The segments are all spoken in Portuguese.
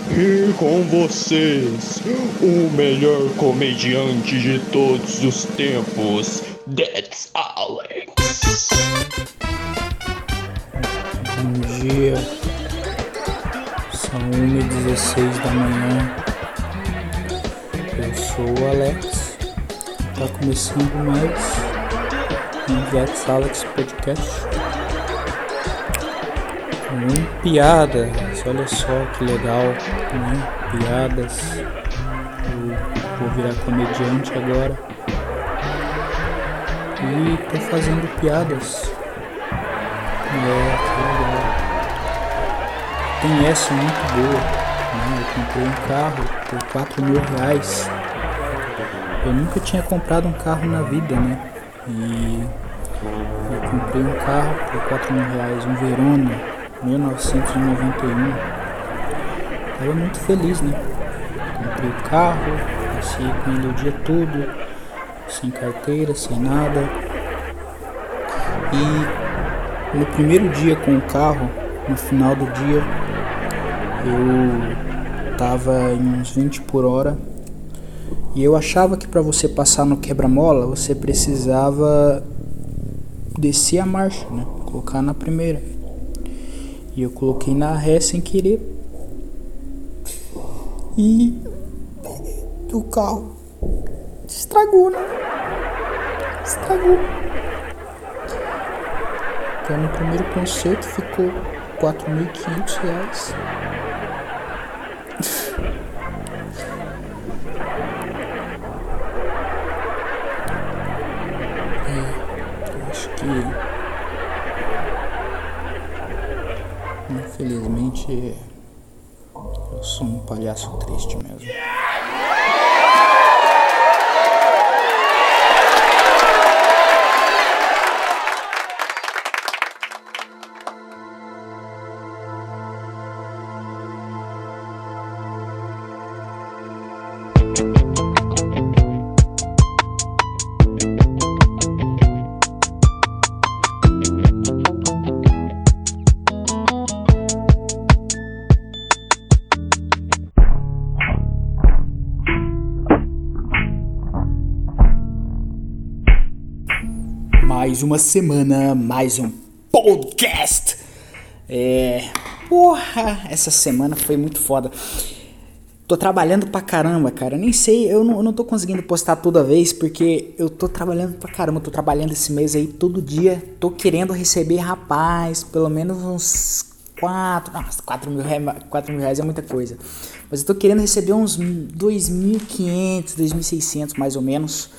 E com vocês, o melhor comediante de todos os tempos, That's Alex. Bom dia, são 1h16 da manhã, eu sou o Alex, tá começando mais um That's Alex Podcast com piadas, olha só que legal, né? Piadas, eu vou virar comediante agora e tô fazendo piadas. Que legal. Tem essa muito boa, né? Eu comprei um carro por R$4.000. Eu nunca tinha comprado um carro na vida, né? E eu comprei um carro por R$4.000, um Verona 1991. Tava muito feliz, né? Comprei o carro, passei com ele o dia todo, sem carteira, sem nada. E no primeiro dia com o carro, no final do dia, eu tava em uns 20 por hora e eu achava que para você passar no quebra-mola você precisava descer a marcha, né? Colocar na primeira. E eu coloquei na ré sem querer e o carro estragou, né? Estragou. Então, no primeiro concerto ficou R$4.500. Eu acho que infelizmente eu sou um palhaço triste mesmo. Mais uma semana, mais um podcast. Essa semana foi muito foda. Tô trabalhando pra caramba, cara. Nem sei, eu não tô conseguindo postar toda vez porque eu tô trabalhando pra caramba. Tô trabalhando esse mês aí todo dia. Tô querendo receber, rapaz, pelo menos uns 4.000 reais é muita coisa. Mas eu tô querendo receber uns 2.500, 2.600 mais ou menos.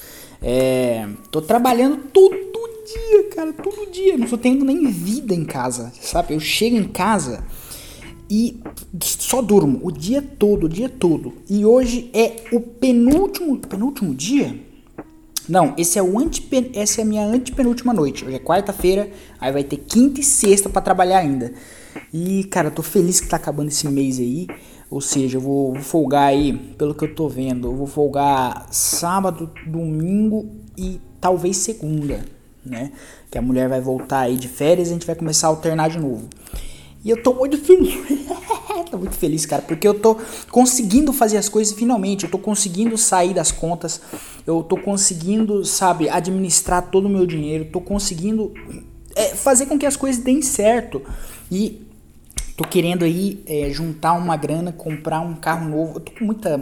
Tô trabalhando todo dia, cara, todo dia. Não tô tendo nem vida em casa, sabe? Eu chego em casa e só durmo o dia todo. E hoje é o penúltimo dia? Não, essa é a minha antepenúltima noite. Hoje é quarta-feira, aí vai ter quinta e sexta pra trabalhar ainda. E, cara, eu tô feliz que tá acabando esse mês aí. Ou seja, eu vou folgar aí, pelo que eu tô vendo, eu vou folgar sábado, domingo e talvez segunda, né? Que a mulher vai voltar aí de férias e a gente vai começar a alternar de novo. E eu tô muito feliz. Tô muito feliz, cara, porque eu tô conseguindo fazer as coisas finalmente. Eu tô conseguindo sair das contas. Eu tô conseguindo, sabe, administrar todo o meu dinheiro. Tô conseguindo fazer com que as coisas deem certo. E tô querendo aí juntar uma grana, comprar um carro novo. Eu tô com muita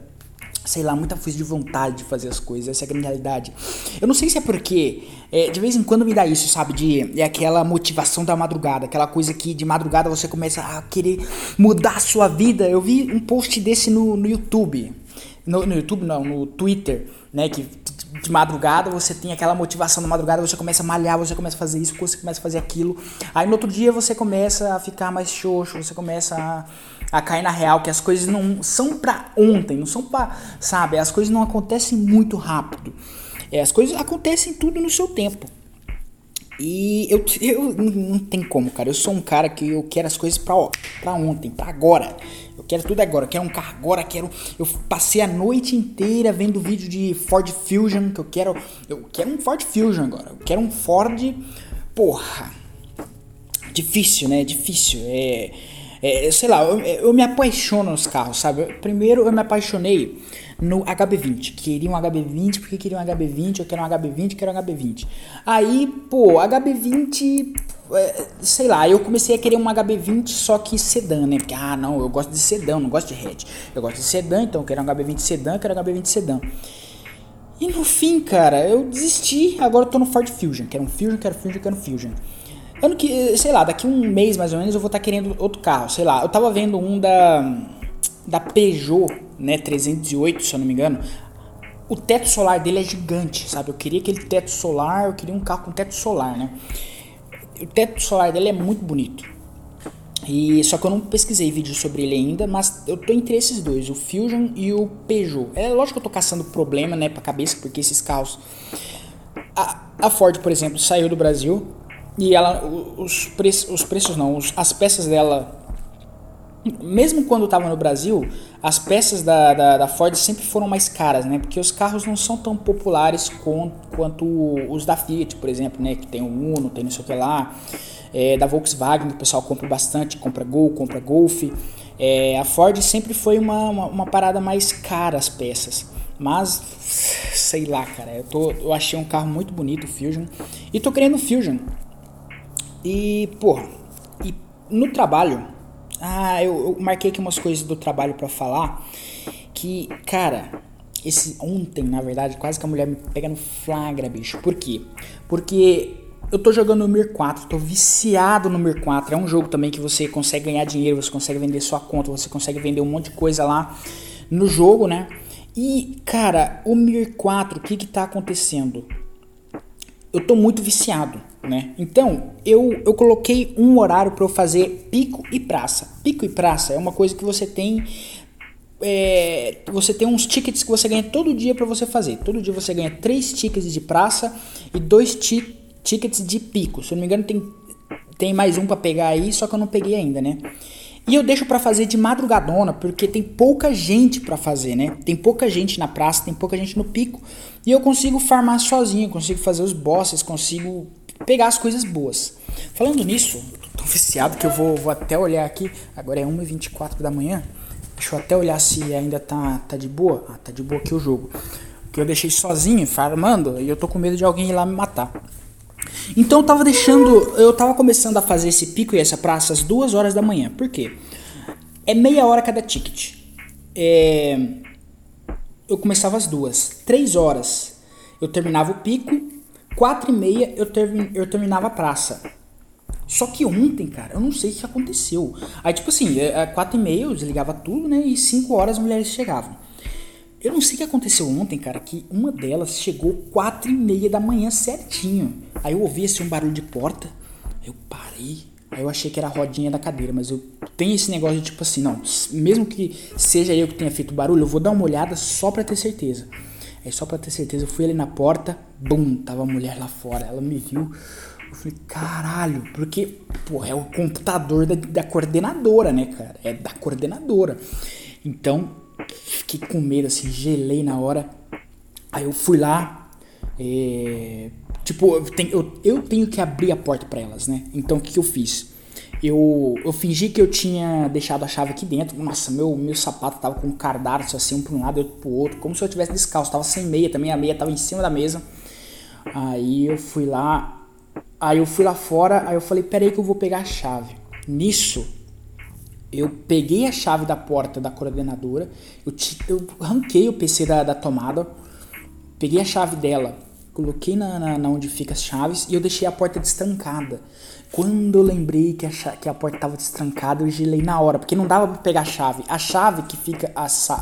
força de vontade de fazer as coisas. Essa é a grande realidade. Eu não sei se é porque de vez em quando me dá isso, sabe? É aquela motivação da madrugada. Aquela coisa que de madrugada você começa a querer mudar a sua vida. Eu vi um post desse no YouTube. No YouTube não, no Twitter, né? Que de madrugada você tem aquela motivação, na madrugada você começa a malhar, você começa a fazer isso, você começa a fazer aquilo. Aí no outro dia você começa a ficar mais xoxo, você começa a cair na real, que as coisas não são pra ontem, não são pra, sabe, as coisas não acontecem muito rápido. As coisas acontecem tudo no seu tempo. E eu não tem como, cara. Eu sou um cara que eu quero as coisas pra ontem, pra agora. Eu quero tudo agora. Eu quero um carro agora. Eu passei a noite inteira vendo vídeo de Ford Fusion. Que eu quero um Ford Fusion agora. Eu quero um Ford. Porra. Difícil, né? Difícil. Sei lá, eu me apaixono nos carros, sabe? Primeiro eu me apaixonei no HB20. Queria um HB20, porque queria um HB20, eu quero um HB20, quero um HB20. Aí, pô, HB20, sei lá, eu comecei a querer um HB20 só que sedã, né? Porque, não, eu gosto de sedã, não gosto de hatch. Eu gosto de sedã, então eu quero um HB20 sedã, eu quero um HB20 sedã. E no fim, cara, eu desisti, agora eu tô no Ford Fusion. Quero um Fusion, quero um Fusion. Ano que, sei lá, daqui um mês mais ou menos eu vou estar querendo outro carro, sei lá. Eu tava vendo um da Peugeot, né, 308, se eu não me engano. O teto solar dele é gigante, sabe? Eu queria aquele teto solar, eu queria um carro com teto solar, né? O teto solar dele é muito bonito. E só que eu não pesquisei vídeo sobre ele ainda, mas eu tô entre esses dois, o Fusion e o Peugeot. É lógico que eu tô caçando problema, né, pra cabeça, porque esses carros... A Ford, por exemplo, saiu do Brasil e ela, as peças dela... Mesmo quando estava no Brasil, as peças da Ford sempre foram mais caras, né? Porque os carros não são tão populares quanto os da Fiat, por exemplo, né? Que tem o Uno, tem não sei o que lá. Da Volkswagen, o pessoal compra bastante, compra Gol, compra Golf. A Ford sempre foi uma parada mais cara as peças. Mas, sei lá, cara, eu achei um carro muito bonito, o Fusion. E tô querendo o Fusion. E, porra, no trabalho... eu marquei aqui umas coisas do trabalho pra falar. Que, cara, ontem, na verdade, quase que a mulher me pega no flagra, bicho. Por quê? Porque eu tô jogando no Mir 4, tô viciado no Mir 4. É um jogo também que você consegue ganhar dinheiro, você consegue vender sua conta, você consegue vender um monte de coisa lá no jogo, né? E, cara, o Mir 4, o que tá acontecendo? Eu tô muito viciado, né? Então, eu coloquei um horário para eu fazer pico e praça. Pico e praça é uma coisa que você tem... você tem uns tickets que você ganha todo dia para você fazer. Todo dia você ganha 3 tickets de praça e 2 tickets de pico. Se eu não me engano, tem mais um para pegar aí, só que eu não peguei ainda, né? E eu deixo pra fazer de madrugadona, porque tem pouca gente pra fazer, né? Tem pouca gente na praça, tem pouca gente no pico. E eu consigo farmar sozinho, consigo fazer os bosses, consigo pegar as coisas boas. Falando nisso, tô viciado que eu vou até olhar aqui. Agora é 1h24 da manhã. Deixa eu até olhar se ainda tá de boa. Tá de boa aqui o jogo. Porque eu deixei sozinho, farmando, e eu tô com medo de alguém ir lá me matar. Então eu tava começando a fazer esse pico e essa praça às 2 horas da manhã. Por quê? É meia hora cada ticket. Eu começava às 2. 3 horas eu terminava o pico. 4h30 eu terminava a praça. Só que ontem, cara, eu não sei o que aconteceu. Aí tipo assim, 4h30 eu desligava tudo, né? E 5 horas as mulheres chegavam. Eu não sei o que aconteceu ontem, cara, que uma delas chegou 4h30 da manhã certinho. Aí eu ouvi assim um barulho de porta, eu parei, aí eu achei que era a rodinha da cadeira, mas eu tenho esse negócio de tipo assim, não, mesmo que seja eu que tenha feito barulho, eu vou dar uma olhada só pra ter certeza. Aí só pra ter certeza eu fui ali na porta, bum, tava a mulher lá fora, ela me viu, eu falei, caralho, porque, pô, é o computador da coordenadora, né, cara, é da coordenadora. Então... fiquei com medo, assim, gelei na hora. Aí eu fui lá. Eu tenho que abrir a porta pra elas, né? Então o que eu fiz? Eu fingi que eu tinha deixado a chave aqui dentro. Nossa, meu sapato tava com um cadarço assim, um pra um lado e outro pro outro. Como se eu tivesse descalço, tava sem meia também. A meia tava em cima da mesa. Aí eu fui lá. Aí eu fui lá fora. Aí eu falei, peraí que eu vou pegar a chave. Nisso... eu peguei a chave da porta da coordenadora, eu arranquei o PC da tomada, peguei a chave dela, coloquei na onde fica as chaves e eu deixei a porta destrancada. Quando eu lembrei que a porta estava destrancada, eu gelei na hora, porque não dava para pegar a chave. A chave que fica,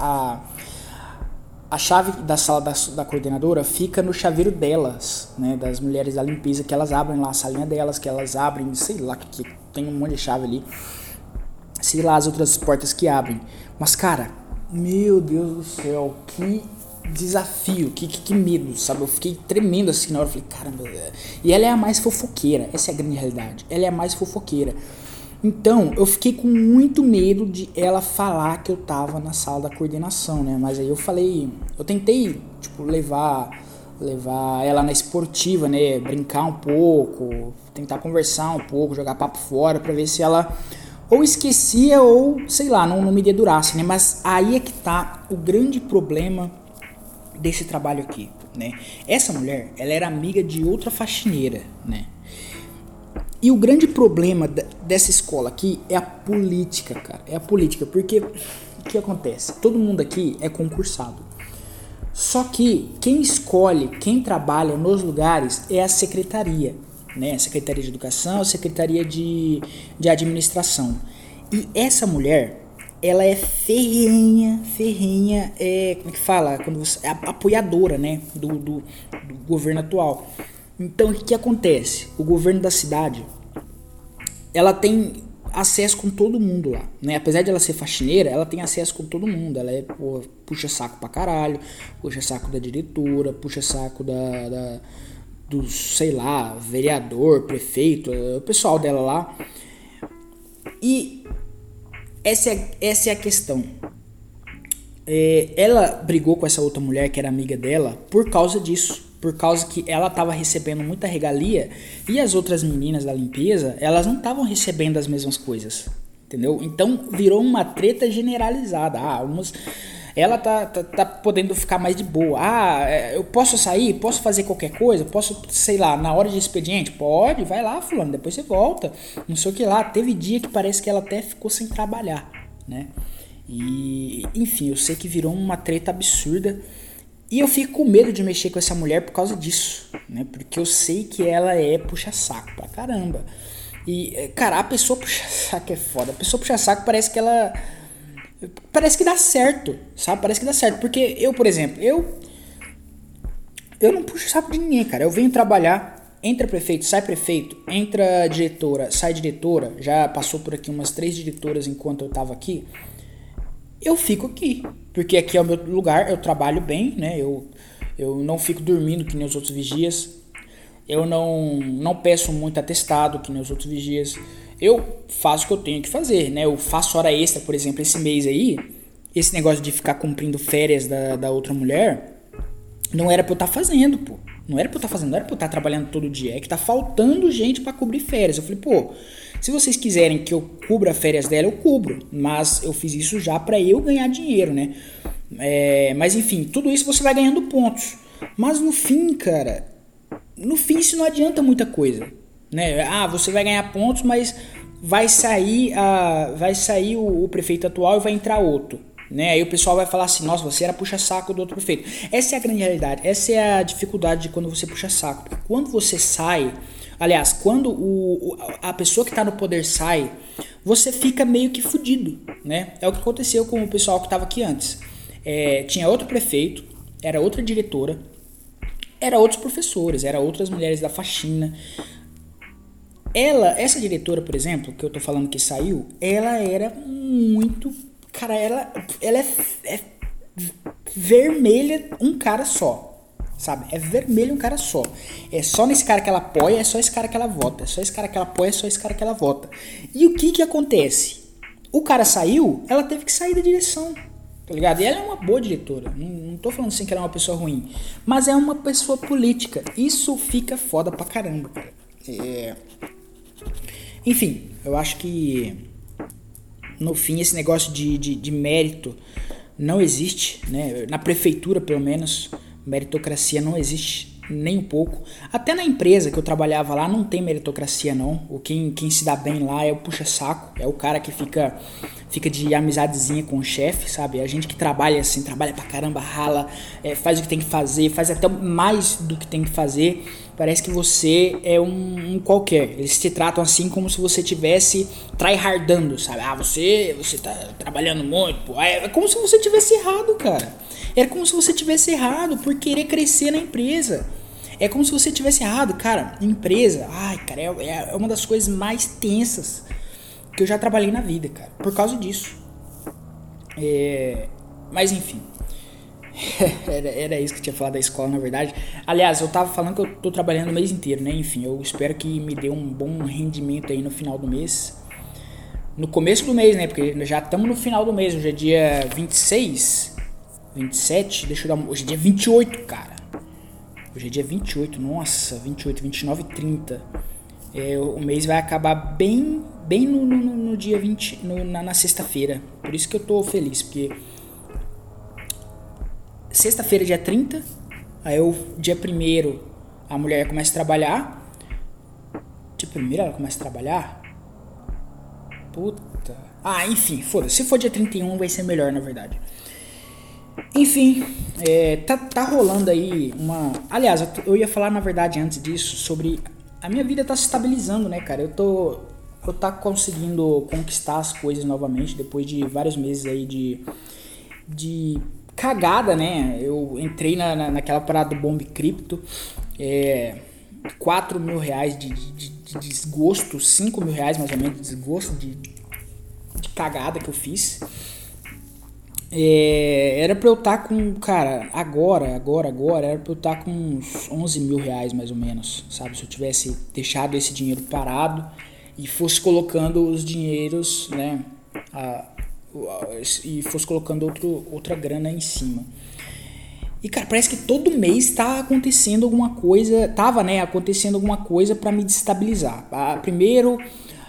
a chave da sala da coordenadora fica no chaveiro delas, né, das mulheres da limpeza, que elas abrem lá a salinha delas, que elas abrem, sei lá, que tem um monte de chave ali. Sei lá as outras portas que abrem. Mas, cara, meu Deus do céu, que desafio, que medo, sabe? Eu fiquei tremendo assim na hora, falei, caramba. E ela é a mais fofoqueira, essa é a grande realidade. Ela é a mais fofoqueira. Então, eu fiquei com muito medo de ela falar que eu tava na sala da coordenação, né? Mas aí eu tentei, tipo, levar ela na esportiva, né? Brincar um pouco, tentar conversar um pouco, jogar papo fora pra ver se ela ou esquecia ou, sei lá, não me dedurasse, né? Mas aí é que tá o grande problema desse trabalho aqui, né? Essa mulher, ela era amiga de outra faxineira, né? E o grande problema dessa escola aqui é a política, cara. É a política, porque o que acontece? Todo mundo aqui é concursado. Só que quem escolhe, quem trabalha nos lugares é a secretaria, né? A Secretaria de Educação, a Secretaria de Administração. E essa mulher, ela é ferrenha, como é que fala? Quando você, é apoiadora, né? Do governo atual. Então, o que acontece? O governo da cidade, ela tem acesso com todo mundo lá, né? Apesar de ela ser faxineira, ela tem acesso com todo mundo. Ela puxa saco pra caralho, puxa saco da diretora, puxa saco do, sei lá, vereador, prefeito, o pessoal dela lá. E essa é a questão. Ela brigou com essa outra mulher que era amiga dela por causa disso. Por causa que ela estava recebendo muita regalia e as outras meninas da limpeza, elas não estavam recebendo as mesmas coisas, entendeu? Então virou uma treta generalizada. Ela tá podendo ficar mais de boa. Eu posso sair? Posso fazer qualquer coisa? Posso, sei lá, na hora de expediente? Pode, vai lá, fulano, depois você volta. Não sei o que lá. Teve dia que parece que ela até ficou sem trabalhar, né? E, enfim, eu sei que virou uma treta absurda. E eu fico com medo de mexer com essa mulher por causa disso, né? Porque eu sei que ela é puxa-saco pra caramba. E, cara, a pessoa puxa-saco é foda. A pessoa puxa-saco parece que ela... Parece que dá certo, sabe? Parece que dá certo. Porque eu, por exemplo, eu não puxo saco de ninguém, cara. Eu venho trabalhar, entra prefeito, entra diretora, sai diretora. Já passou por aqui umas 3 diretoras enquanto eu tava aqui. Eu fico aqui, porque aqui é o meu lugar, eu trabalho bem, né? Eu não fico dormindo que nem os outros vigias. Eu não peço muito atestado que nem os outros vigias. Eu faço o que eu tenho que fazer, né? Eu faço hora extra, por exemplo, esse mês aí. Esse negócio de ficar cumprindo férias da outra mulher, não era pra eu estar fazendo, pô. Não era pra eu estar trabalhando todo dia. É que tá faltando gente pra cobrir férias. Eu falei, pô, se vocês quiserem que eu cubra férias dela, eu cubro. Mas eu fiz isso já pra eu ganhar dinheiro, né? Mas enfim, tudo isso você vai ganhando pontos. Mas no fim, cara, isso não adianta muita coisa, né? Você vai ganhar pontos, mas vai sair o prefeito atual e vai entrar outro, né? Aí o pessoal vai falar assim, nossa, você era puxa-saco do outro prefeito. Essa é a grande realidade, essa é a dificuldade de quando você puxa saco. Porque quando você sai, aliás, quando a pessoa que está no poder sai, você fica meio que fudido, né? É o que aconteceu com o pessoal que estava aqui antes. Tinha outro prefeito, era outra diretora, era outros professores, era outras mulheres da faxina. Essa diretora, por exemplo, que eu tô falando que saiu, ela era muito... Cara, ela é vermelha um cara só, sabe? É vermelho um cara só. É só nesse cara que ela apoia, é só esse cara que ela vota. É só esse cara que ela apoia, é só esse cara que ela vota. E o que acontece? O cara saiu, ela teve que sair da direção, tá ligado? E ela é uma boa diretora. Não tô falando assim que ela é uma pessoa ruim, mas é uma pessoa política. Isso fica foda pra caramba, cara. Enfim, eu acho que no fim esse negócio de mérito não existe, né? Na prefeitura, pelo menos, meritocracia não existe nem um pouco. Até na empresa que eu trabalhava lá não tem meritocracia, não. Quem se dá bem lá é o puxa-saco, é o cara que fica de amizadezinha com o chefe, sabe? A gente que trabalha assim, trabalha pra caramba, rala, faz o que tem que fazer, faz até mais do que tem que fazer. Parece que você é um qualquer. Eles te tratam assim como se você tivesse tryhardando, sabe? Você tá trabalhando muito, pô. É como se você tivesse errado, cara. É como se você tivesse errado por querer crescer na empresa. É como se você tivesse errado, cara. Empresa, cara, é uma das coisas mais tensas que eu já trabalhei na vida, cara. Por causa disso. Mas enfim. Era isso que eu tinha falado da escola, na verdade. Aliás, eu tava falando que eu tô trabalhando o mês inteiro, né? Enfim, eu espero que me dê um bom rendimento aí no final do mês. No começo do mês, né? Porque já estamos no final do mês. Hoje é dia 26, 27, deixa eu dar... Hoje é dia 28, cara. Hoje é dia 28, nossa, 28, 29 e 30. O mês vai acabar bem no dia 20, na sexta-feira. Por isso que eu tô feliz, porque sexta-feira, dia 30, aí dia 1º a mulher começa a trabalhar. Dia 1º ela começa a trabalhar? Puta. Enfim, foda-se. Se for dia 31 vai ser melhor, na verdade. Enfim, tá rolando aí uma... Aliás, eu ia falar, na verdade, antes disso, sobre... A minha vida tá se estabilizando, né, cara? Eu tá conseguindo conquistar as coisas novamente, depois de vários meses aí de cagada, né? Eu entrei naquela parada do Bomb Cripto, 4 mil reais de desgosto, 5 mil reais mais ou menos de desgosto, de cagada que eu fiz. Era pra eu estar com, cara, agora, era pra eu estar com uns 11 mil reais mais ou menos, sabe? Se eu tivesse deixado esse dinheiro parado e fosse colocando os dinheiros, né, e fosse colocando outra grana em cima. E, cara, parece que todo mês tá acontecendo alguma coisa, acontecendo alguma coisa pra me destabilizar. Primeiro,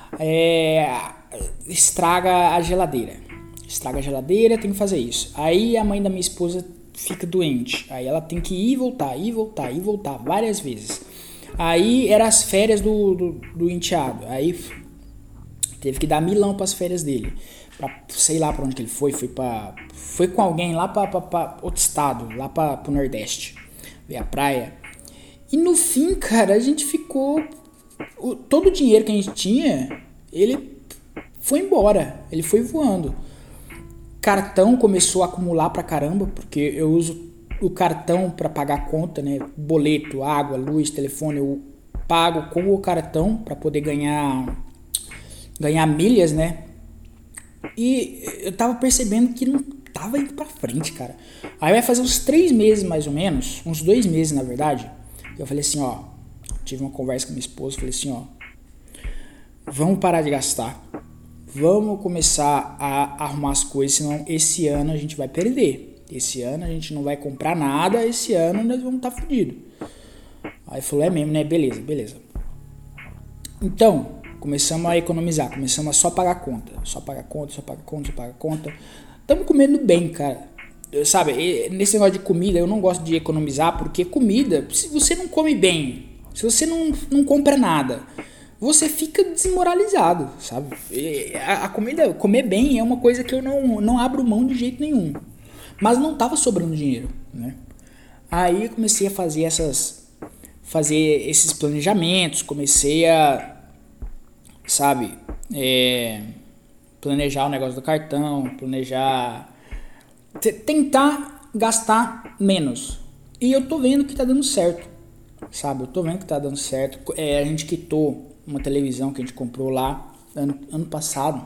estraga a geladeira, tem que fazer isso. Aí a mãe da minha esposa fica doente, aí ela tem que ir e voltar várias vezes. Aí eram as férias do enteado, aí teve que dar milão para as férias dele, sei lá para onde que ele foi com alguém lá para outro estado, lá para o Nordeste, ver a praia. E no fim, cara, a gente ficou, todo o dinheiro que a gente tinha, ele foi embora, ele foi voando. Cartão começou a acumular pra caramba, porque eu uso o cartão pra pagar conta, né? Boleto, água, luz, telefone, eu pago com o cartão pra poder ganhar milhas, né? E eu tava percebendo que não tava indo pra frente, cara. Aí vai fazer uns 3 meses mais ou menos, uns 2 meses na verdade. Eu falei assim, ó, tive uma conversa com minha esposa, falei assim, ó, vamos parar de gastar. Vamos começar a arrumar as coisas, senão esse ano a gente vai perder. Esse ano a gente não vai comprar nada, esse ano nós vamos estar fodidos. Aí falou, é mesmo, né? Beleza. Então, começamos a economizar, começamos a só pagar conta. Estamos comendo bem, cara. Sabe, nesse negócio de comida, eu não gosto de economizar, porque comida, se você não come bem, se você não compra nada, você fica desmoralizado, sabe? A comida, comer bem é uma coisa que eu não abro mão de jeito nenhum. Mas não tava sobrando dinheiro, né? Aí eu comecei a fazer esses planejamentos, comecei a, sabe, planejar o negócio do cartão, tentar gastar menos. E eu tô vendo que tá dando certo, sabe? A gente quitou uma televisão que a gente comprou lá ano passado,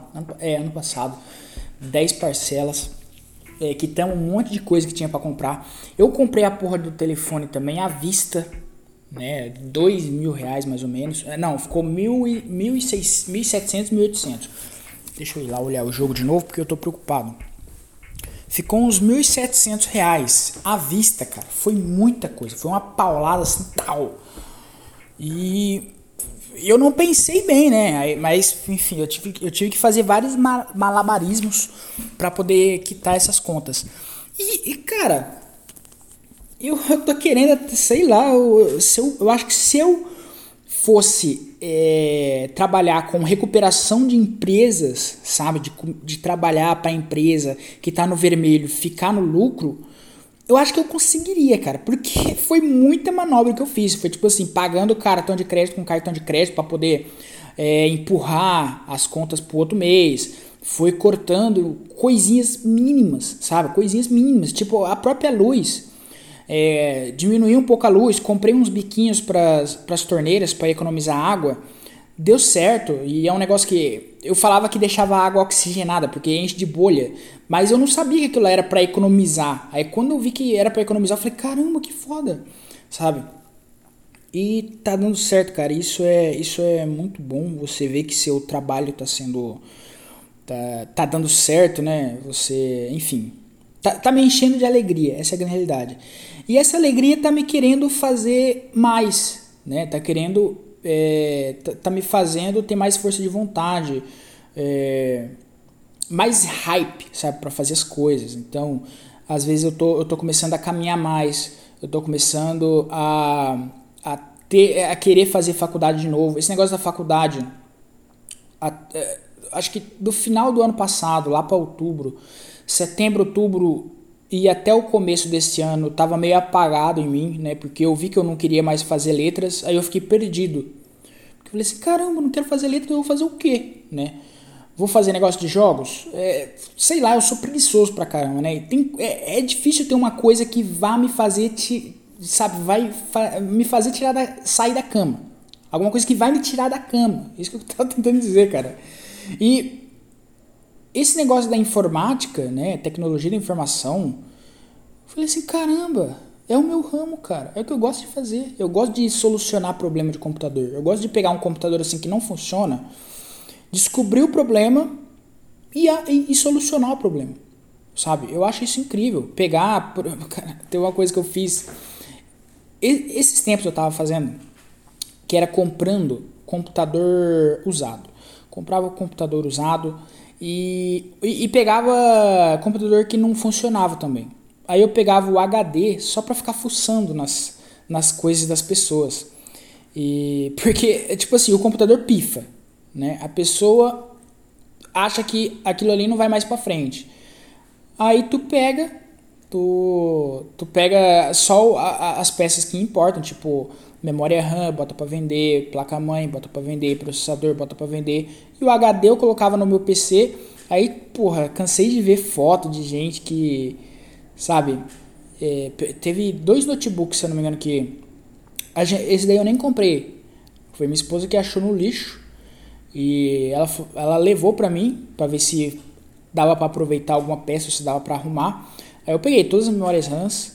10 parcelas, quitamos um monte de coisa que tinha para comprar. Eu comprei a porra do telefone também à vista, né, 2 mil reais mais ou menos, não, ficou 1.700, 1.800, deixa eu ir lá olhar o jogo de novo porque eu tô preocupado. Ficou uns 1.700 reais à vista, cara, foi muita coisa, foi uma paulada assim, tal, e eu não pensei bem, né? Mas, enfim, eu tive que fazer vários malabarismos para poder quitar essas contas. E cara, eu tô querendo, sei lá, eu acho que se eu fosse trabalhar com recuperação de empresas, sabe? De trabalhar para a empresa que tá no vermelho, ficar no lucro, eu acho que eu conseguiria, cara, porque foi muita manobra que eu fiz. Foi tipo assim, pagando cartão de crédito com cartão de crédito para poder empurrar as contas pro outro mês. Foi cortando coisinhas mínimas, sabe? Coisinhas mínimas, tipo a própria luz. Diminuí um pouco a luz, comprei uns biquinhos para as torneiras para economizar água. Deu certo, e é um negócio que eu falava que deixava a água oxigenada, porque enche de bolha, mas eu não sabia que aquilo era para economizar. Aí quando eu vi que era para economizar, eu falei, caramba, que foda, sabe? E tá dando certo, cara, isso é muito bom, você vê que seu trabalho tá sendo, tá dando certo, né? Você, enfim, tá me enchendo de alegria, essa é a grande realidade. E essa alegria tá me querendo fazer mais, né? Tá querendo tá me fazendo ter mais força de vontade, mais hype, sabe, para fazer as coisas. Então, às vezes eu tô começando a caminhar mais, eu tô começando a querer fazer faculdade de novo. Esse negócio da faculdade, acho que do final do ano passado, lá para outubro, setembro, outubro e até o começo desse ano, tava meio apagado em mim, né? Porque eu vi que eu não queria mais fazer letras, aí eu fiquei perdido. Porque eu falei assim, caramba, não quero fazer letras, eu vou fazer o quê, né? Vou fazer negócio de jogos? Sei lá, eu sou preguiçoso pra caramba, né? É difícil ter uma coisa que vá me fazer, me fazer sair da cama. Alguma coisa que vai me tirar da cama. Isso que eu tava tentando dizer, cara. E esse negócio da informática, né? Tecnologia da informação. Eu falei assim, caramba, é o meu ramo, cara. É o que eu gosto de fazer. Eu gosto de solucionar problema de computador. Eu gosto de pegar um computador assim que não funciona, descobrir o problema e solucionar o problema, sabe? Eu acho isso incrível. Cara, tem uma coisa que eu fiz esses tempos eu tava fazendo, que era comprando computador usado. Comprava computador usado e pegava computador que não funcionava também. Aí eu pegava o HD só pra ficar fuçando nas coisas das pessoas. Porque, tipo assim, o computador pifa, né? A pessoa acha que aquilo ali não vai mais pra frente. Aí tu pega só as peças que importam, tipo memória RAM, bota pra vender, placa-mãe, bota pra vender, processador, bota pra vender. E o HD eu colocava no meu PC. Aí, porra, cansei de ver foto de gente que, sabe, teve 2 notebooks, se eu não me engano, que esse daí eu nem comprei. Foi minha esposa que achou no lixo. E ela levou pra mim, pra ver se dava pra aproveitar alguma peça, se dava pra arrumar. Aí eu peguei todas as memórias RAMs,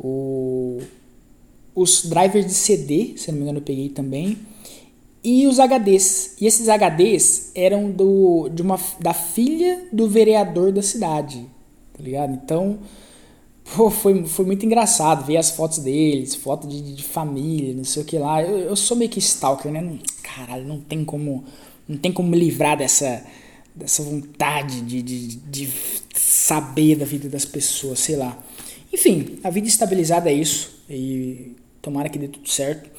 os drivers de CD, se não me engano eu peguei também, e os HDs. E esses HDs eram da filha do vereador da cidade, tá ligado? Então, pô, foi muito engraçado ver as fotos deles, foto de família, não sei o que lá. Eu sou meio que stalker, né? Caralho, não tem como me livrar dessa vontade de saber da vida das pessoas, sei lá. Enfim, a vida estabilizada é isso, e tomara que dê tudo certo.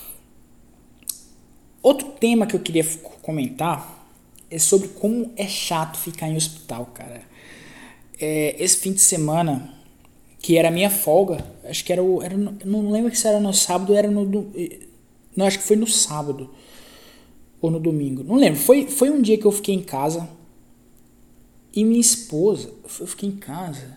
Outro tema que eu queria comentar é sobre como é chato ficar em hospital, cara. Esse fim de semana, que era a minha folga, acho que não lembro se era no sábado ou era não, acho que foi no sábado ou no domingo, não lembro. Foi um dia que eu fiquei em casa e minha esposa, eu fiquei em casa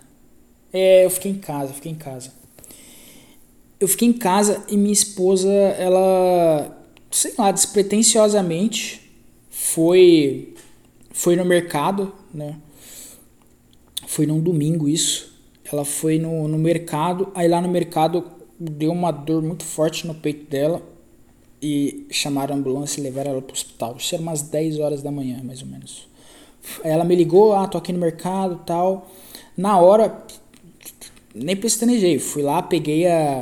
e minha esposa, ela, sei lá, despretensiosamente foi no mercado, né? Foi num domingo isso. Ela foi no mercado, aí lá no mercado deu uma dor muito forte no peito dela e chamaram a ambulância e levaram ela pro hospital. Isso era umas 10 horas da manhã, mais ou menos. Aí ela me ligou, tô aqui no mercado e tal. Na hora, nem pestanejei, fui lá, peguei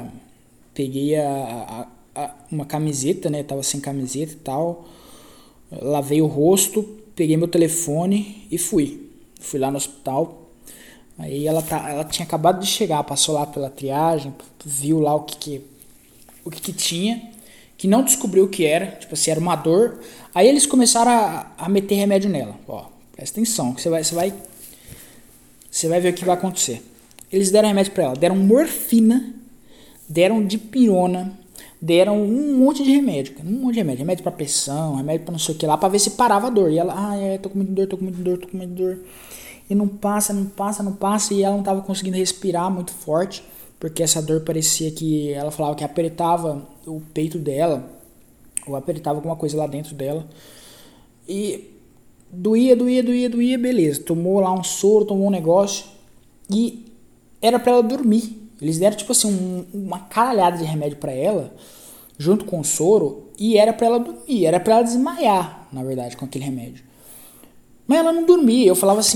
uma camiseta, né? Tava sem camiseta e tal. Lavei o rosto, peguei meu telefone e fui lá no hospital. Aí ela tinha acabado de chegar, passou lá pela triagem, viu lá o que tinha, que não descobriu o que era, tipo assim, era uma dor. Aí eles começaram a meter remédio nela. Ó, presta atenção, que você vai ver o que vai acontecer. Eles deram remédio pra ela, deram morfina, deram dipirona, deram um monte de remédio, cara, remédio pra pressão, remédio pra não sei o que lá, pra ver se parava a dor. E ela, tô com muita dor. E não passa, e ela não tava conseguindo respirar muito forte, porque essa dor parecia que, ela falava que apertava o peito dela, ou apertava alguma coisa lá dentro dela, e doía, beleza, tomou lá um soro, tomou um negócio, e era pra ela dormir. Eles deram tipo assim uma caralhada de remédio pra ela, junto com o soro, e era pra ela dormir, era pra ela desmaiar, na verdade, com aquele remédio. Mas ela não dormia. Eu falava assim,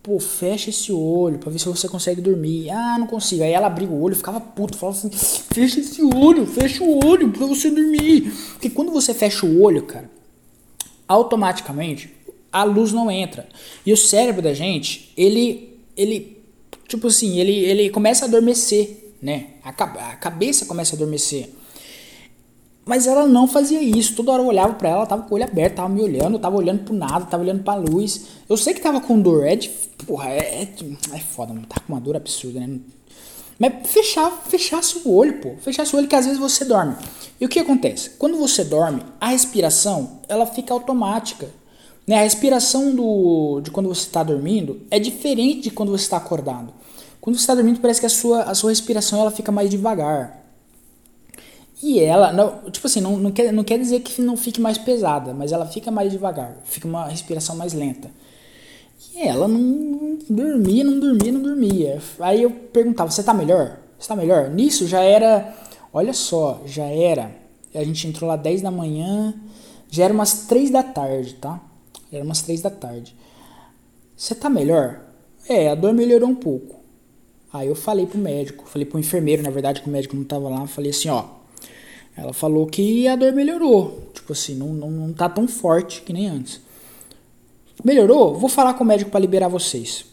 pô, fecha esse olho pra ver se você consegue dormir. Ah, não consigo. Aí ela abria o olho, ficava puto, falava assim, fecha o olho pra você dormir. Porque quando você fecha o olho, cara, automaticamente a luz não entra. E o cérebro da gente, ele tipo assim, ele começa a adormecer, né? A cabeça começa a adormecer. Mas ela não fazia isso. Toda hora eu olhava pra ela, tava com o olho aberto, tava me olhando, tava olhando pro nada, tava olhando pra luz. Eu sei que tava com dor, porra, é foda, mano. Tá com uma dor absurda, né? Mas fechasse o olho, pô. Fechasse o olho que às vezes você dorme. E o que acontece? Quando você dorme, a respiração, ela fica automática. Né? A respiração de quando você está dormindo é diferente de quando você está acordado. Quando você está dormindo, parece que a sua respiração ela fica mais devagar. E ela, não, tipo assim, não quer dizer que não fique mais pesada, mas ela fica mais devagar, fica uma respiração mais lenta. E ela não dormia. Aí eu perguntava, você tá melhor? Você tá melhor? Nisso já era, olha só, a gente entrou lá 10 da manhã, já era umas 3 da tarde, tá? Era umas 3 da tarde. Você tá melhor? A dor melhorou um pouco. Aí eu falei pro médico, falei pro enfermeiro, na verdade, que o médico não tava lá, falei assim, ó, ela falou que a dor melhorou, tipo assim, não tá tão forte que nem antes. Melhorou? Vou falar com o médico para liberar vocês.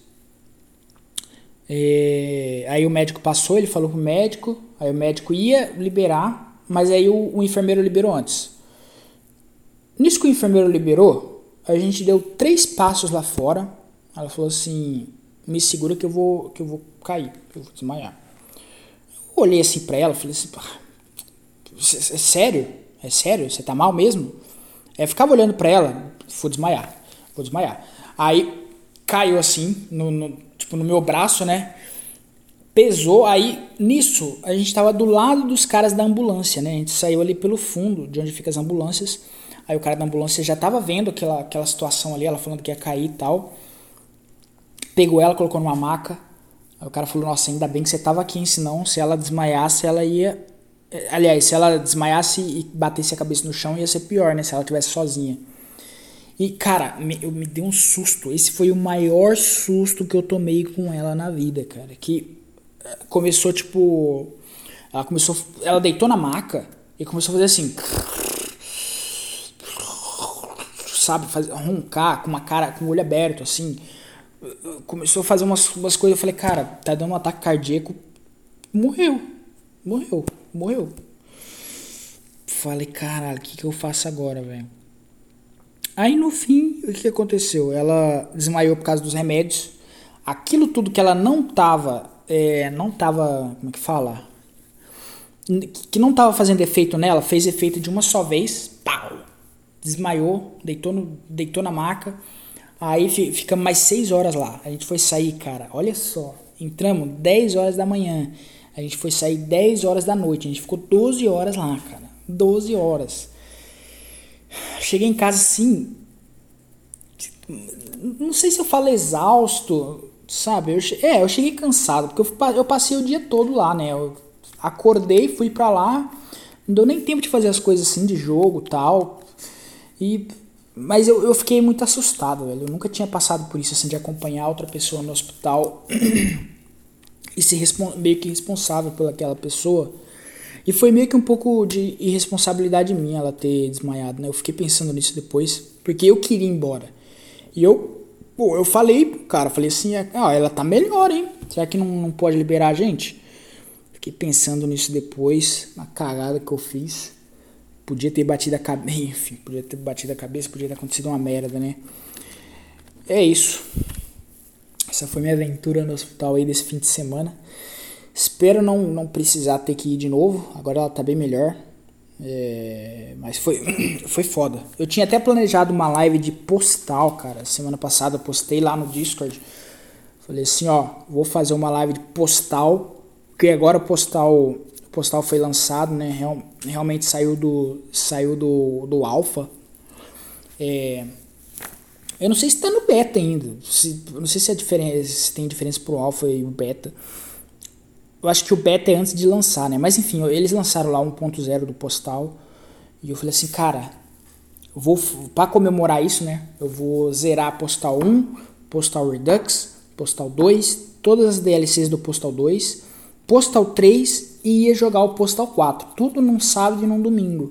Aí o médico passou, ele falou pro médico, aí o médico ia liberar, mas aí o enfermeiro liberou antes. Nisso que o enfermeiro liberou, a gente deu 3 passos lá fora, ela falou assim, me segura que eu vou cair, eu vou desmaiar. Eu olhei assim pra ela, falei assim, é sério? É sério? Você tá mal mesmo? Eu ficava olhando pra ela, vou desmaiar. Aí caiu assim, tipo no meu braço, né? Pesou, aí nisso a gente tava do lado dos caras da ambulância, né? A gente saiu ali pelo fundo, de onde ficam as ambulâncias. Aí o cara da ambulância já tava vendo aquela situação ali, ela falando que ia cair e tal. Pegou ela, colocou numa maca. Aí o cara falou, nossa, ainda bem que você tava aqui, senão se ela desmaiasse, ela ia... Aliás, se ela desmaiasse e batesse a cabeça no chão, ia ser pior, né? Se ela estivesse sozinha. E, cara, eu me dei um susto. Esse foi o maior susto que eu tomei com ela na vida, cara. Que começou, tipo... Ela deitou na maca e começou a fazer assim... Sabe? Roncar com uma cara, com o olho aberto, assim. Começou a fazer umas coisas. Eu falei, cara, tá dando um ataque cardíaco. Morreu. Falei, caralho, o que eu faço agora, velho? Aí no fim, o que aconteceu? Ela desmaiou por causa dos remédios. Aquilo tudo que ela não tava, como é que fala? Que não tava fazendo efeito nela, fez efeito de uma só vez. Pau! Desmaiou, deitou na maca. Aí ficamos mais 6 horas lá. A gente foi sair, cara, olha só. Entramos 10 horas da manhã. A gente foi sair 10 horas da noite. A gente ficou 12 horas lá, cara. 12 horas. Cheguei em casa assim, não sei se eu falo exausto, sabe? Eu cheguei cansado, porque eu passei o dia todo lá, né? Eu acordei, fui pra lá, não deu nem tempo de fazer as coisas assim de jogo e tal. Mas eu fiquei muito assustado, velho. Eu nunca tinha passado por isso, assim, de acompanhar outra pessoa no hospital e ser meio que responsável por aquela pessoa. E foi meio que um pouco de irresponsabilidade minha ela ter desmaiado, né? Eu fiquei pensando nisso depois, porque eu queria ir embora. E eu falei pro cara, falei assim, ela tá melhor, hein? Será que não pode liberar a gente? Fiquei pensando nisso depois, na cagada que eu fiz. Podia ter batido a cabeça, enfim, podia ter acontecido uma merda, né? É isso. Essa foi minha aventura no hospital aí desse fim de semana. Espero não precisar ter que ir de novo. Agora ela tá bem melhor. Mas foi foda. Eu tinha até planejado uma live de postal, cara. Semana passada eu postei lá no Discord. Falei assim, ó, vou fazer uma live de postal. Porque agora o postal foi lançado, né? Realmente saiu do alpha. Eu não sei se tá no beta ainda. Eu não sei se tem diferença pro alpha e o beta. Eu acho que o beta é antes de lançar, né? Mas enfim, eles lançaram lá 1.0 do postal. E eu falei assim, cara, pra comemorar isso, né? Eu vou zerar postal 1, postal Redux, Postal 2, todas as DLCs do Postal 2, Postal 3 e ia jogar o Postal 4. Tudo num sábado e num domingo.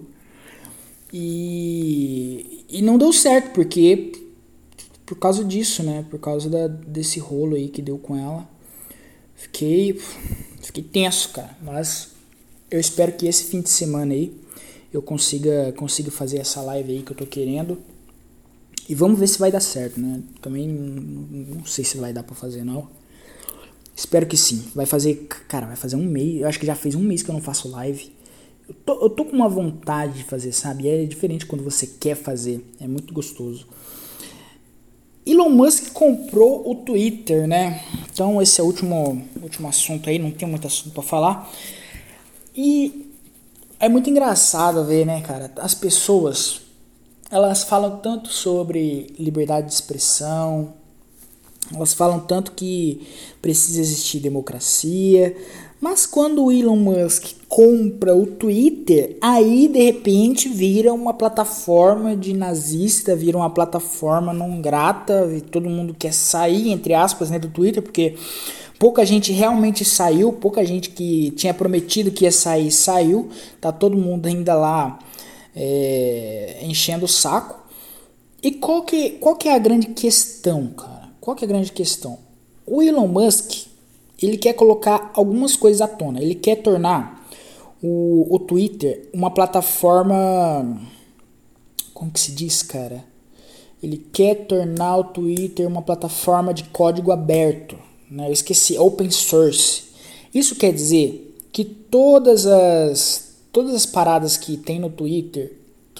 E não deu certo, porque por causa disso, né? Por causa desse rolo aí que deu com ela. Fiquei tenso, cara. Mas eu espero que esse fim de semana aí eu consiga fazer essa live aí que eu tô querendo. E vamos ver se vai dar certo, né? Também não sei se vai dar pra fazer, não. Espero que sim. Vai fazer um mês. Eu acho que já fez um mês que eu não faço live. Eu tô com uma vontade de fazer, sabe? E é diferente quando você quer fazer. É muito gostoso. Elon Musk comprou o Twitter, né? Então esse é o último assunto aí. Não tem muito assunto pra falar. E é muito engraçado ver, né, cara? As pessoas... elas falam tanto sobre liberdade de expressão, elas falam tanto que precisa existir democracia, mas quando o Elon Musk compra o Twitter, aí de repente vira uma plataforma de nazista, vira uma plataforma não grata, e todo mundo quer sair, entre aspas, né, do Twitter, porque pouca gente realmente saiu, pouca gente que tinha prometido que ia sair, saiu, tá todo mundo ainda lá enchendo o saco. E qual que é a grande questão, cara? Qual que é a grande questão? O Elon Musk, ele quer colocar algumas coisas à tona. Ele quer tornar o Twitter uma plataforma... como que se diz, cara? Ele quer tornar o Twitter uma plataforma de código aberto, né? Eu esqueci, open source. Isso quer dizer que todas as paradas que tem no Twitter,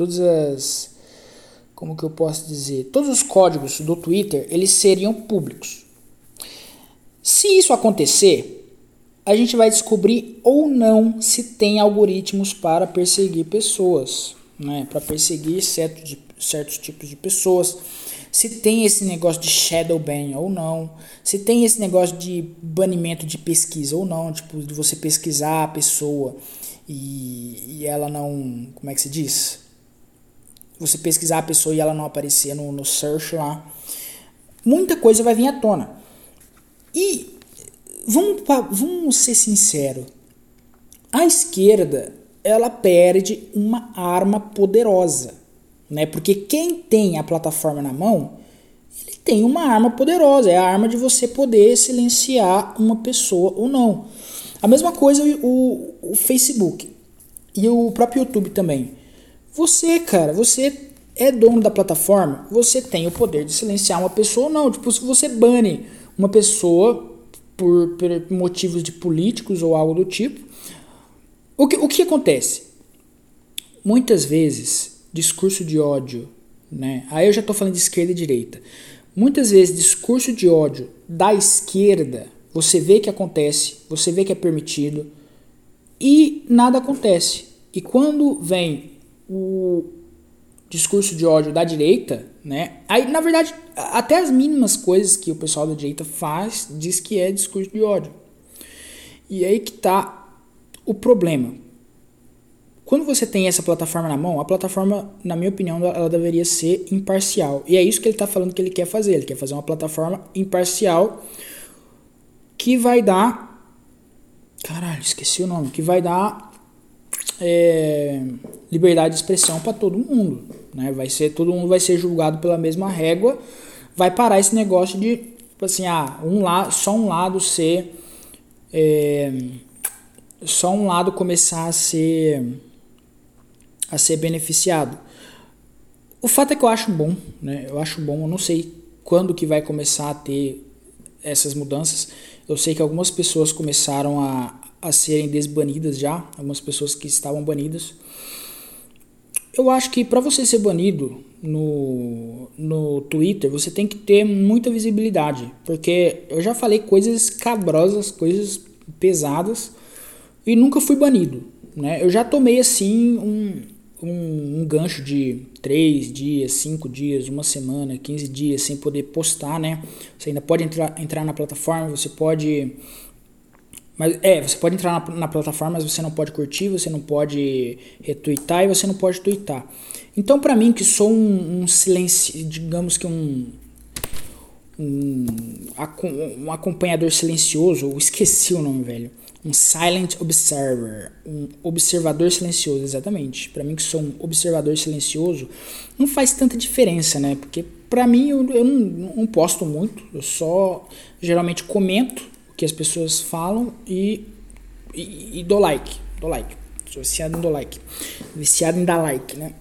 como que eu posso dizer? Todos os códigos do Twitter, eles seriam públicos. Se isso acontecer, a gente vai descobrir ou não se tem algoritmos para perseguir pessoas, né? Para perseguir certos tipos de pessoas. Se tem esse negócio de shadow ban ou não, se tem esse negócio de banimento de pesquisa ou não, tipo, de você pesquisar a pessoa e ela não, como é que se diz? Você pesquisar a pessoa e ela não aparecer no search lá. Muita coisa vai vir à tona. E vamos ser sinceros, a esquerda, ela perde uma arma poderosa, né? Porque quem tem a plataforma na mão, ele tem uma arma poderosa, é a arma de você poder silenciar uma pessoa ou não. A mesma coisa o Facebook e o próprio YouTube também. Você, cara, você é dono da plataforma, você tem o poder de silenciar uma pessoa ou não. Tipo, se você bane uma pessoa por motivos de políticos ou algo do tipo, o que acontece? Muitas vezes, discurso de ódio, né? Aí eu já tô falando de esquerda e direita. Muitas vezes, discurso de ódio da esquerda, você vê que acontece, você vê que é permitido e nada acontece. E quando vem o discurso de ódio da direita, né? Aí, na verdade, até as mínimas coisas que o pessoal da direita faz, diz que é discurso de ódio. E aí que tá o problema. Quando você tem essa plataforma na mão, a plataforma, na minha opinião, ela deveria ser imparcial. E é isso que ele tá falando que ele quer fazer. Ele quer fazer uma plataforma imparcial que vai dar... Caralho, esqueci o nome. Que vai dar liberdade de expressão para todo mundo, né? Todo mundo vai ser julgado pela mesma régua. Vai parar esse negócio de, tipo assim, só um lado ser... só um lado começar a ser beneficiado. O fato é que eu acho bom, né? Eu acho bom, eu não sei quando que vai começar a ter essas mudanças. Eu sei que algumas pessoas começaram a serem desbanidas já, algumas pessoas que estavam banidas. Eu acho que para você ser banido no Twitter, você tem que ter muita visibilidade, porque eu já falei coisas escabrosas, coisas pesadas, e nunca fui banido, né? Eu já tomei assim um gancho de 3 dias, 5 dias, uma semana, 15 dias sem poder postar, né? Você ainda pode entrar na plataforma, você pode entrar na plataforma, mas você não pode curtir, você não pode retweetar e você não pode tweetar. Então, para mim, que sou um silêncio, digamos que um um acompanhador silencioso, eu esqueci o nome, velho. Um silent observer, um observador silencioso, exatamente. Pra mim, que sou um observador silencioso, não faz tanta diferença, né? Porque pra mim, eu não posto muito, eu só geralmente comento o que as pessoas falam e dou like. Sou viciado em dar like. Viciado em dar like, né?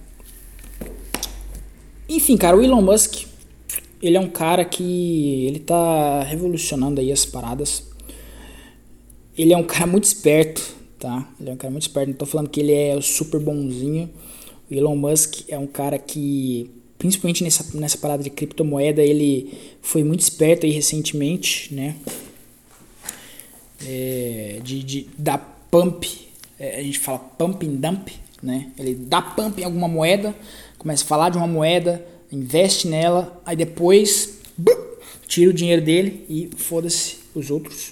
Enfim, cara, o Elon Musk, ele é um cara que ele tá revolucionando aí as paradas. Ele é um cara muito esperto, tá? Ele é um cara muito esperto, não tô falando que ele é super bonzinho. O Elon Musk é um cara que, principalmente nessa parada de criptomoeda, ele foi muito esperto aí recentemente, né? Da pump, a gente fala pump and dump, né? Ele dá pump em alguma moeda, começa a falar de uma moeda, investe nela, aí depois tira o dinheiro dele e foda-se os outros.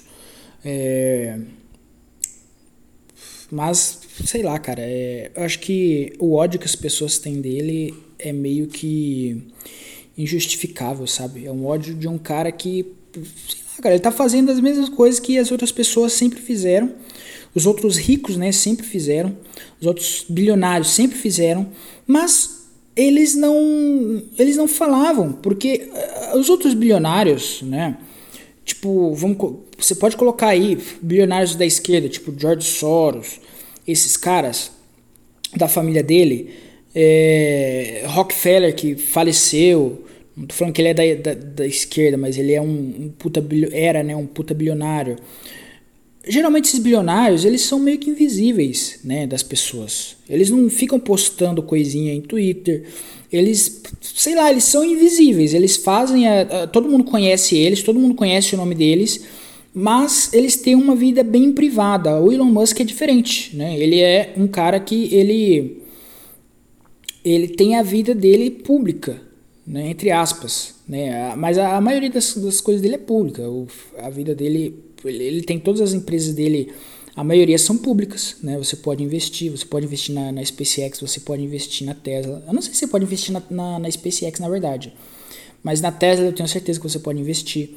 Mas, sei lá, cara, eu acho que o ódio que as pessoas têm dele é meio que injustificável, sabe? É um ódio de um cara que, sei lá, cara, ele tá fazendo as mesmas coisas que as outras pessoas sempre fizeram, os outros ricos, né, sempre fizeram, os outros bilionários sempre fizeram, mas eles não falavam, porque os outros bilionários, né, tipo, você pode colocar aí bilionários da esquerda, tipo George Soros, esses caras da família dele, Rockefeller, que faleceu, não tô falando que ele é da esquerda, mas ele é um puta bilionário. Geralmente esses bilionários, eles são meio que invisíveis, né, das pessoas. Eles não ficam postando coisinha em Twitter. Eles, sei lá, eles são invisíveis. Eles fazem, todo mundo conhece eles, todo mundo conhece o nome deles, mas eles têm uma vida bem privada. O Elon Musk é diferente, né? Ele é um cara que ele tem a vida dele pública, né, entre aspas, né? Mas a maioria das coisas dele é pública. A vida dele, ele tem todas as empresas dele, a maioria são públicas, né? Você pode investir na SpaceX, você pode investir na Tesla. Eu não sei se você pode investir na SpaceX, na verdade, mas na Tesla eu tenho certeza que você pode investir.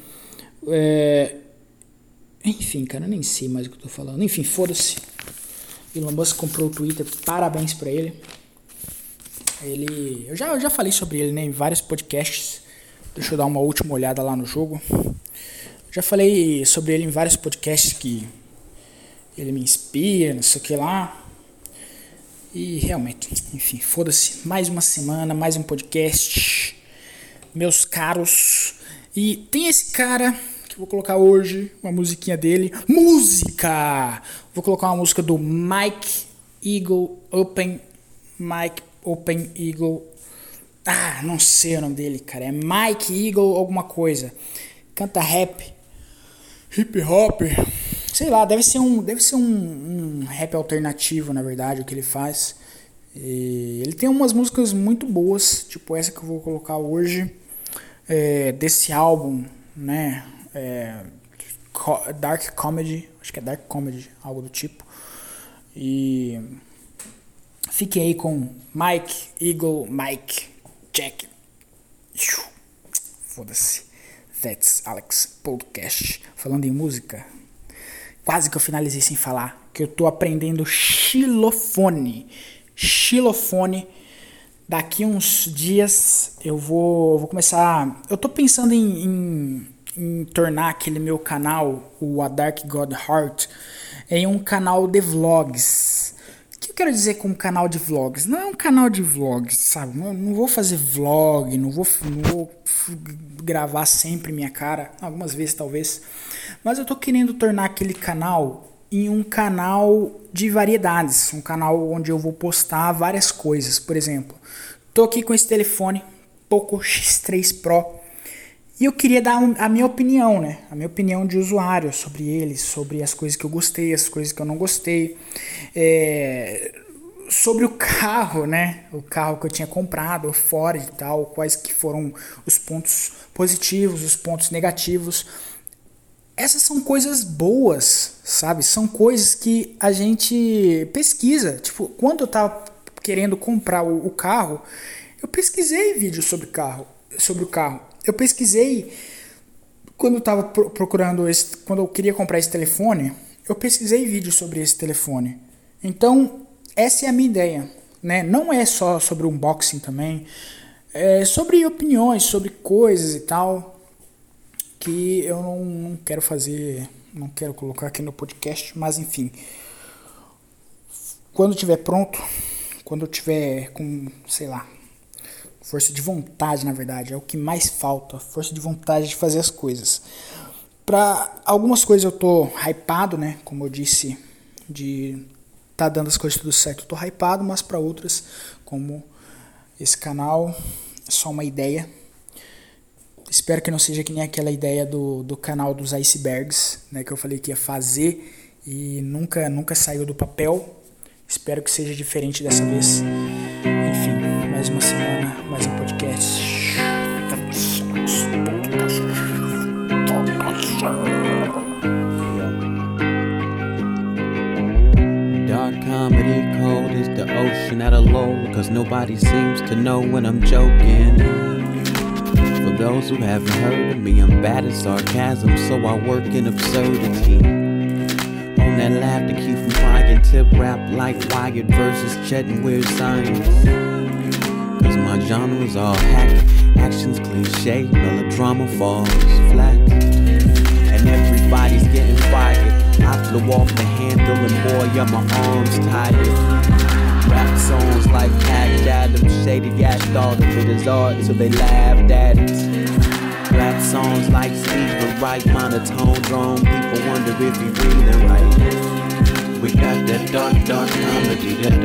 Enfim, cara, eu nem sei mais o que eu tô falando. Enfim, foda-se. Elon Musk comprou o Twitter, parabéns pra ele. Eu já falei sobre ele, né, em vários podcasts. Deixa eu dar uma última olhada lá no jogo. Já falei sobre ele em vários podcasts que ele me inspira, não sei o que lá. E realmente, enfim, foda-se. Mais uma semana, mais um podcast, meus caros. E tem esse cara que eu vou colocar hoje, uma musiquinha dele. Música! Vou colocar uma música do Mike Open Eagle. Ah, não sei o nome dele, cara. É Mike Eagle alguma coisa. Canta rap, hip hop, sei lá, deve ser um rap alternativo, na verdade, o que ele faz. Ele tem umas músicas muito boas, tipo essa que eu vou colocar hoje, desse álbum, né? Dark Comedy, acho que é Dark Comedy, algo do tipo. E fiquem aí com Mike Eagle, Mike, check. Foda-se. That's Alex Podcast. Falando em música, quase que eu finalizei sem falar, que eu tô aprendendo xilofone. Daqui uns dias eu vou começar. Eu tô pensando em tornar aquele meu canal, o A Dark God Heart, em um canal de vlogs. O que eu quero dizer com um canal de vlogs? Não é um canal de vlogs, sabe? Não vou fazer vlog, não vou gravar sempre minha cara, algumas vezes talvez, mas eu tô querendo tornar aquele canal em um canal de variedades, um canal onde eu vou postar várias coisas. Por exemplo, tô aqui com esse telefone Poco X3 Pro e eu queria dar a minha opinião, né? A minha opinião de usuário sobre ele, sobre as coisas que eu gostei, as coisas que eu não gostei, sobre o carro, né? O carro que eu tinha comprado, o Ford e tal, quais que foram os pontos positivos, os pontos negativos. Essas são coisas boas, sabe? São coisas que a gente pesquisa. Tipo, quando eu tava querendo comprar o carro, eu pesquisei vídeos sobre o carro. Eu pesquisei quando eu tava procurando quando eu queria comprar esse telefone, eu pesquisei vídeos sobre esse telefone. Então, essa é a minha ideia, né? Não é só sobre unboxing também, é sobre opiniões, sobre coisas e tal, que eu não quero fazer, não quero colocar aqui no podcast, mas enfim. Quando tiver pronto, quando eu tiver com, sei lá, força de vontade, na verdade, é o que mais falta, força de vontade de fazer as coisas. Para algumas coisas eu tô hypado, né? Como eu disse, de tá dando as coisas tudo certo, eu tô hypado, mas para outras, como esse canal, é só uma ideia. Espero que não seja que nem aquela ideia do canal dos icebergs, né? Que eu falei que ia fazer e nunca saiu do papel. Espero que seja diferente dessa vez. Enfim, mais uma semana, mais um podcast. Dark comedy cold is the ocean at a low, 'cause nobody seems to know when I'm joking. For those who haven't heard of me, I'm bad at sarcasm, so I work in absurdity. On that laugh to keep from crying, tip rap like Wyatt versus Chet and Weird Science. 'Cause my genres all hack, actions cliche, melodrama falls flat. And everybody's getting fired. I flew off the handle and boy, yeah, my arms tired. Rap songs like Pat Adams, Shady Ass thought of it as art till they laughed at it. Rap songs like Steve Wright, monotone drone, people wonder if he breathing right. We got that dark comedy, that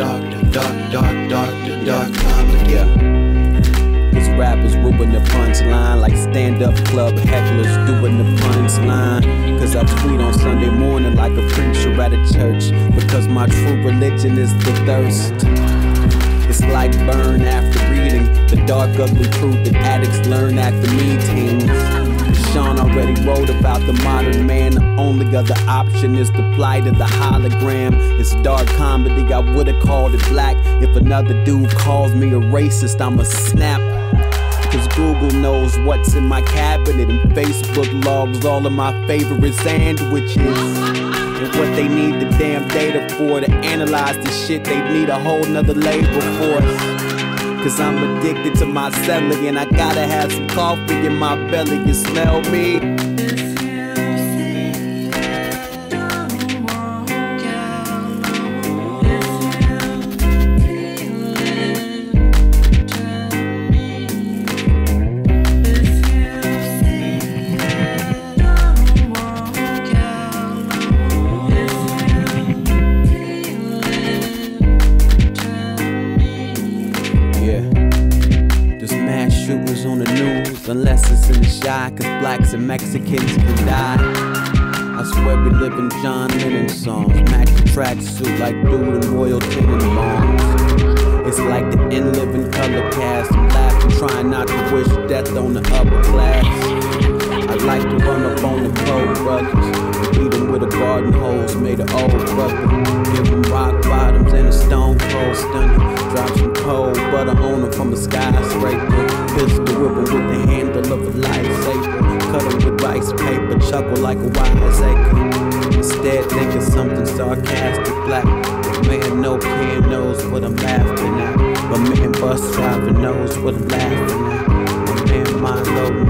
dark comedy, yeah. Cause rappers ruin the punchline like stand-up club hecklers doing the punchline. Cause I tweet on Sunday morning like a preacher at a church, because my true religion is the thirst. It's like burn after reading the dark ugly truth that addicts learn after meetings. Sean already wrote about the modern man. The only other option is the plight of the hologram. It's dark comedy, I would've called it black. If another dude calls me a racist, I'ma snap. Cause Google knows what's in my cabinet, and Facebook logs all of my favorite sandwiches. And what they need the damn data for, to analyze the shit, they need a whole nother label force. Cause I'm addicted to my celly, and I gotta have some coffee in my belly. You smell me? Unless it's in the shy, cause blacks and Mexicans can die. I swear we live in John Lennon songs, match the tracksuit like dude in Royal Tenenbaums. It's like the in-living color cast. I'm laughing, trying not to wish death on the upper class. I like to run up on the cold brothers, beat them with a garden hose made of old rubber. Give them rock bottoms and a stone cold stunner. Drop some cold butter on them from a skyscraper. Pistol whip 'em with the handle of a lightsaber. Cut 'em with rice paper, chuckle like a wiseacre. Instead think of something sarcastic, black. Man, no kid knows what I'm laughing at. My man bus driver knows what I'm laughing at. My man Milo